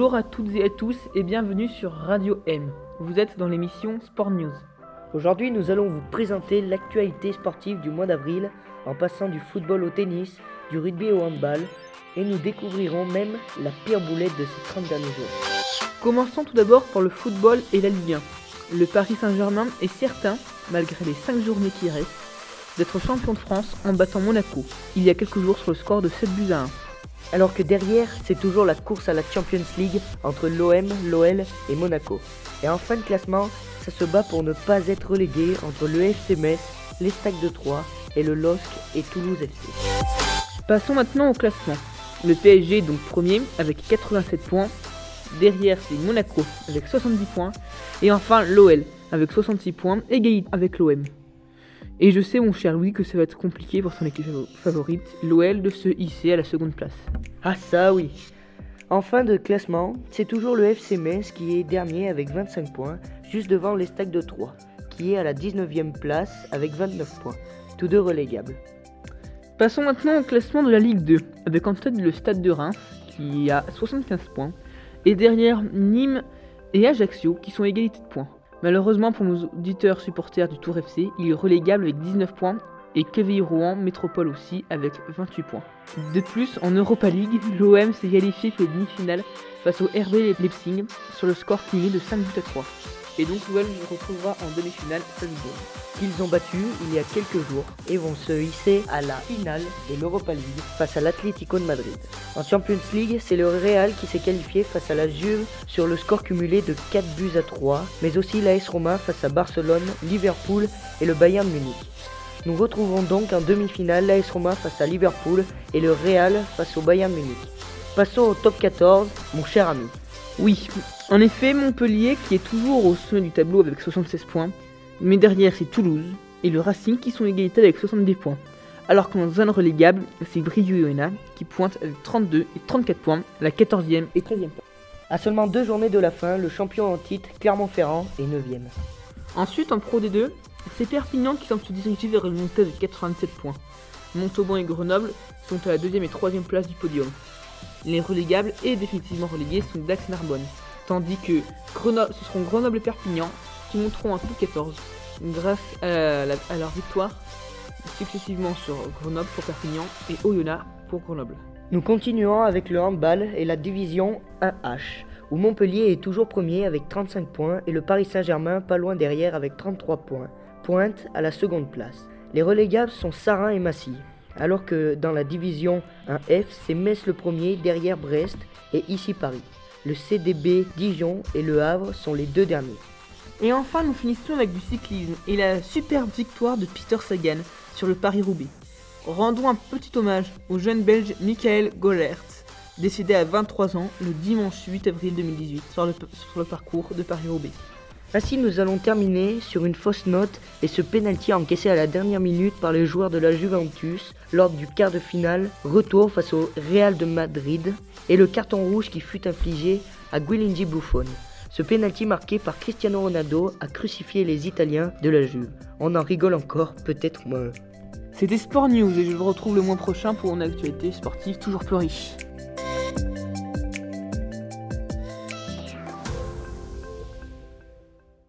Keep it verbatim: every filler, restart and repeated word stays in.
Bonjour à toutes et à tous et bienvenue sur Radio M. Vous êtes dans l'émission Sport News. Aujourd'hui, nous allons vous présenter l'actualité sportive du mois d'avril en passant du football au tennis, du rugby au handball et nous découvrirons même la pire boulette de ces trente derniers jours. Commençons tout d'abord par le football et la Ligue un. Le Paris Saint-Germain est certain, malgré les cinq journées qui restent, d'être champion de France en battant Monaco, il y a quelques jours sur le score de sept buts à un. Alors que derrière, c'est toujours la course à la Champions League entre l'O M, l'O L et Monaco. Et en fin de classement, ça se bat pour ne pas être relégué entre le F C Metz, les Stacks de Troyes et le L O S C et Toulouse F C. Passons maintenant au classement. Le P S G est donc premier avec quatre-vingt-sept points. Derrière, c'est Monaco avec soixante-dix points. Et enfin, l'O L avec soixante-six points, égalité avec l'O M. Et je sais, mon cher Louis, que ça va être compliqué pour son équipe favorite, l'O L, de se hisser à la seconde place. Ah ça oui. En fin de classement, c'est toujours le F C Metz qui est dernier avec vingt-cinq points, juste devant les Stacks de Troyes, qui est à la dix-neuvième place avec vingt-neuf points, tous deux relégables. Passons maintenant au classement de la Ligue deux, avec en tête le Stade de Reims, qui a soixante-quinze points, et derrière Nîmes et Ajaccio, qui sont à égalité de points. Malheureusement pour nos auditeurs supporters du Tour F C, il est relégable avec dix-neuf points, et Quevilly-Rouen Métropole aussi avec vingt-huit points. De plus, en Europa League, l'O M s'est qualifié pour les demi-finales face au R B Leipzig sur le score cumulé de cinq buts à trois. Et donc l'O M retrouvera en demi-finale Salzbourg, qu'ils ont battu il y a quelques jours et vont se hisser à la finale de l'Europa League face à l'Atlético de Madrid. En Champions League, c'est le Real qui s'est qualifié face à la Juve sur le score cumulé de quatre buts à trois, mais aussi l'A S Roma face à Barcelone, Liverpool et le Bayern Munich. Nous retrouverons donc en demi-finale l'A S Roma face à Liverpool et le Real face au Bayern Munich. Passons au top quatorze, mon cher ami. Oui, en effet, Montpellier qui est toujours au sommet du tableau avec soixante-seize points, mais derrière c'est Toulouse et le Racing qui sont à égalité avec soixante-dix points. Alors qu'en zone relégable, c'est Briouillona qui pointe avec trente-deux et trente-quatre points, la quatorzième et treizième place. À seulement deux journées de la fin, le champion en titre, Clermont-Ferrand, est neuvième. Ensuite, en Pro D deux, c'est Perpignan qui semble se diriger vers une montée de quatre-vingt-sept points. Montauban et Grenoble sont à la deuxième et troisième place du podium. Les relégables et définitivement relégués sont Dax et Narbonne, tandis que Grenoble, ce seront Grenoble et Perpignan qui monteront en top quatorze grâce à, la, à leur victoire successivement sur Grenoble pour Perpignan et Oyonnax pour Grenoble. Nous continuons avec le handball et la division un H, où Montpellier est toujours premier avec trente-cinq points et le Paris Saint-Germain pas loin derrière avec trente-trois points, pointe à la seconde place. Les relégables sont Sarin et Massy, alors que dans la division un F, c'est Metz le premier derrière Brest et ici Paris. Le C D B Dijon et Le Havre sont les deux derniers. Et enfin, nous finissons avec du cyclisme et la superbe victoire de Peter Sagan sur le Paris-Roubaix. Rendons un petit hommage au jeune belge Michael Gollert, décédé à vingt-trois ans le dimanche huit avril deux mille dix-huit sur le, sur le parcours de Paris-Roubaix. Ainsi, nous allons terminer sur une fausse note et ce pénalty encaissé à la dernière minute par les joueurs de la Juventus lors du quart de finale retour face au Real de Madrid et le carton rouge qui fut infligé à Gianluigi Buffon. Ce pénalty marqué par Cristiano Ronaldo a crucifié les Italiens de la Juve. On en rigole encore, peut-être moins. C'était Sport News et je vous retrouve le mois prochain pour une actualité sportive toujours plus riche.